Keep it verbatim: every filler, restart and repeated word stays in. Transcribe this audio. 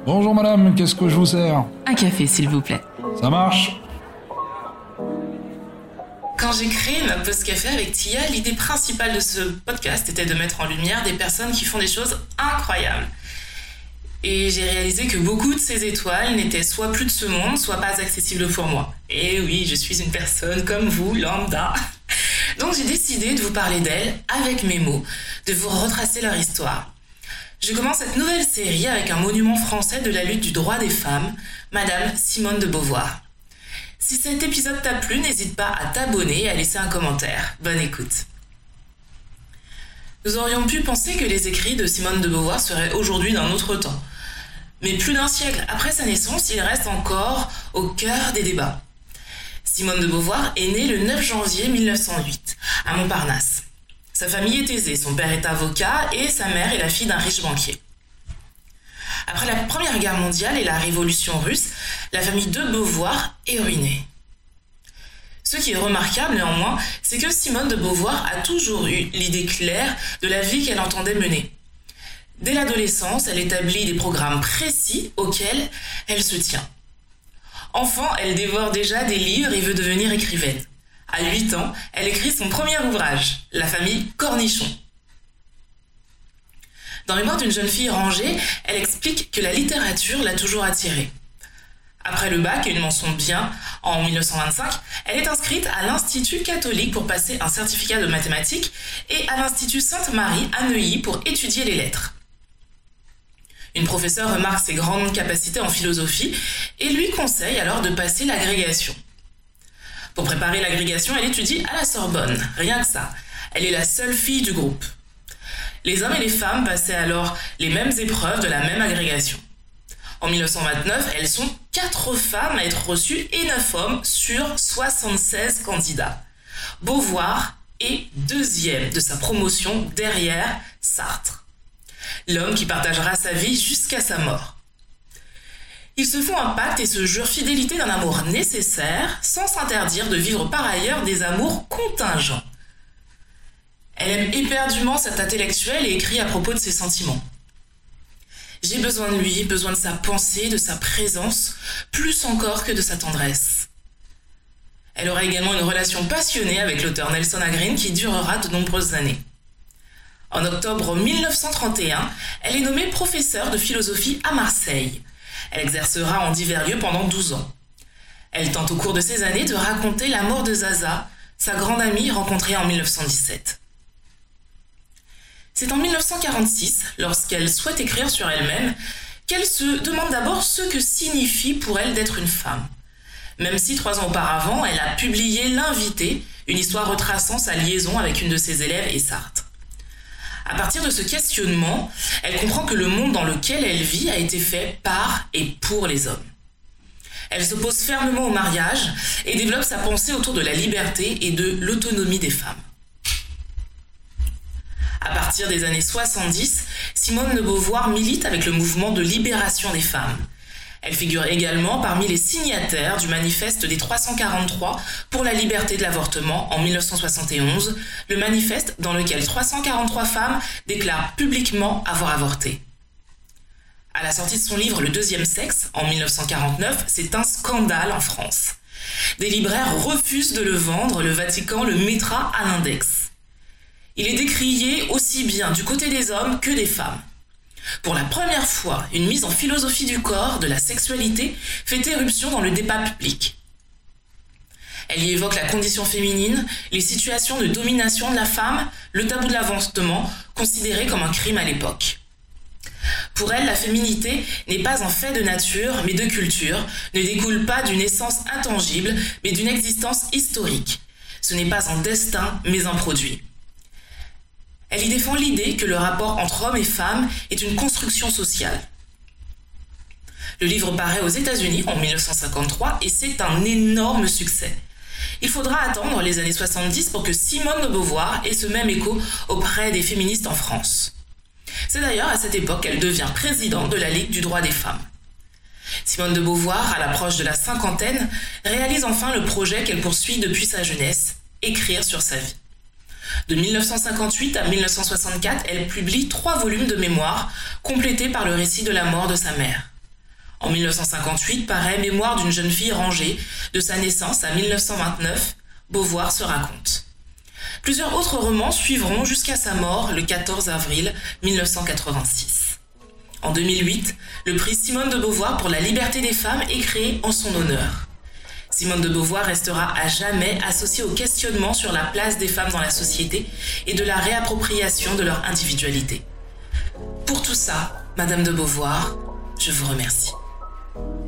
Bonjour madame, qu'est-ce que je vous sers? Un café, s'il vous plaît. Ça marche? Quand j'ai créé ma pause café avec Tia, l'idée principale de ce podcast était de mettre en lumière des personnes qui font des choses incroyables. Et j'ai réalisé que beaucoup de ces étoiles n'étaient soit plus de ce monde, soit pas accessibles pour moi. Et oui, je suis une personne comme vous, lambda. Donc j'ai décidé de vous parler d'elles avec mes mots, de vous retracer leur histoire. Je commence cette nouvelle série avec un monument français de la lutte du droit des femmes, Madame Simone de Beauvoir. Si cet épisode t'a plu, n'hésite pas à t'abonner et à laisser un commentaire. Bonne écoute. Nous aurions pu penser que les écrits de Simone de Beauvoir seraient aujourd'hui d'un autre temps. Mais plus d'un siècle après sa naissance, il reste encore au cœur des débats. Simone de Beauvoir est née le neuf janvier mille neuf cent huit, à Montparnasse. Sa famille est aisée, son père est avocat et sa mère est la fille d'un riche banquier. Après la Première Guerre mondiale et la Révolution russe, la famille de Beauvoir est ruinée. Ce qui est remarquable néanmoins, c'est que Simone de Beauvoir a toujours eu l'idée claire de la vie qu'elle entendait mener. Dès l'adolescence, elle établit des programmes précis auxquels elle se tient. Enfant, elle dévore déjà des livres et veut devenir écrivaine. À huit ans, elle écrit son premier ouvrage, La famille Cornichon. Dans Mémoire d'une jeune fille rangée, elle explique que la littérature l'a toujours attirée. Après le bac et une mention bien en mille neuf cent vingt-cinq, elle est inscrite à l'Institut catholique pour passer un certificat de mathématiques et à l'Institut Sainte-Marie à Neuilly pour étudier les lettres. Une professeure remarque ses grandes capacités en philosophie et lui conseille alors de passer l'agrégation. Pour préparer l'agrégation, elle étudie à la Sorbonne, rien que ça. Elle est la seule fille du groupe. Les hommes et les femmes passaient alors les mêmes épreuves de la même agrégation. En mille neuf cent vingt-neuf, elles sont quatre femmes à être reçues et neuf hommes sur soixante-seize candidats. Beauvoir est deuxième de sa promotion derrière Sartre, l'homme qui partagera sa vie jusqu'à sa mort. Ils se font un pacte et se jurent fidélité d'un amour nécessaire, sans s'interdire de vivre par ailleurs des amours contingents. Elle aime éperdument cet intellectuel et écrit à propos de ses sentiments. J'ai besoin de lui, besoin de sa pensée, de sa présence, plus encore que de sa tendresse. Elle aura également une relation passionnée avec l'auteur Nelson Agrin qui durera de nombreuses années. En octobre mille neuf cent trente et un, elle est nommée professeure de philosophie à Marseille. Elle exercera en divers lieux pendant douze ans. Elle tente au cours de ces années de raconter la mort de Zaza, sa grande amie rencontrée en mille neuf cent dix-sept. C'est en mille neuf cent quarante-six, lorsqu'elle souhaite écrire sur elle-même, qu'elle se demande d'abord ce que signifie pour elle d'être une femme. Même si trois ans auparavant, elle a publié L'Invité, une histoire retraçant sa liaison avec une de ses élèves et Sartre. À partir de ce questionnement, elle comprend que le monde dans lequel elle vit a été fait par et pour les hommes. Elle s'oppose fermement au mariage et développe sa pensée autour de la liberté et de l'autonomie des femmes. À partir des années soixante-dix, Simone de Beauvoir milite avec le mouvement de libération des femmes. Elle figure également parmi les signataires du manifeste des trois cent quarante-trois pour la liberté de l'avortement en mille neuf cent soixante et onze, le manifeste dans lequel trois cent quarante-trois femmes déclarent publiquement avoir avorté. À la sortie de son livre Le deuxième sexe, en mille neuf cent quarante-neuf, c'est un scandale en France. Des libraires refusent de le vendre, le Vatican le mettra à l'index. Il est décrié aussi bien du côté des hommes que des femmes. Pour la première fois, une mise en philosophie du corps, de la sexualité, fait éruption dans le débat public. Elle y évoque la condition féminine, les situations de domination de la femme, le tabou de l'avortement, considéré comme un crime à l'époque. Pour elle, la féminité n'est pas un fait de nature, mais de culture, ne découle pas d'une essence intangible, mais d'une existence historique. Ce n'est pas un destin, mais un produit. Elle y défend l'idée que le rapport entre hommes et femmes est une construction sociale. Le livre paraît aux États-Unis en mille neuf cent cinquante-trois et c'est un énorme succès. Il faudra attendre les années soixante-dix pour que Simone de Beauvoir ait ce même écho auprès des féministes en France. C'est d'ailleurs à cette époque qu'elle devient présidente de la Ligue du droit des femmes. Simone de Beauvoir, à l'approche de la cinquantaine, réalise enfin le projet qu'elle poursuit depuis sa jeunesse, écrire sur sa vie. De mille neuf cent cinquante-huit à mille neuf cent soixante-quatre, elle publie trois volumes de mémoires, complétés par le récit de la mort de sa mère. En mille neuf cent cinquante-huit paraît Mémoire d'une jeune fille rangée. De sa naissance à mille neuf cent vingt-neuf, Beauvoir se raconte. Plusieurs autres romans suivront jusqu'à sa mort le quatorze avril mille neuf cent quatre-vingt-six. En deux mille huit, le prix Simone de Beauvoir pour la liberté des femmes est créé en son honneur. Simone de Beauvoir restera à jamais associée au questionnement sur la place des femmes dans la société et de la réappropriation de leur individualité. Pour tout ça, Madame de Beauvoir, je vous remercie.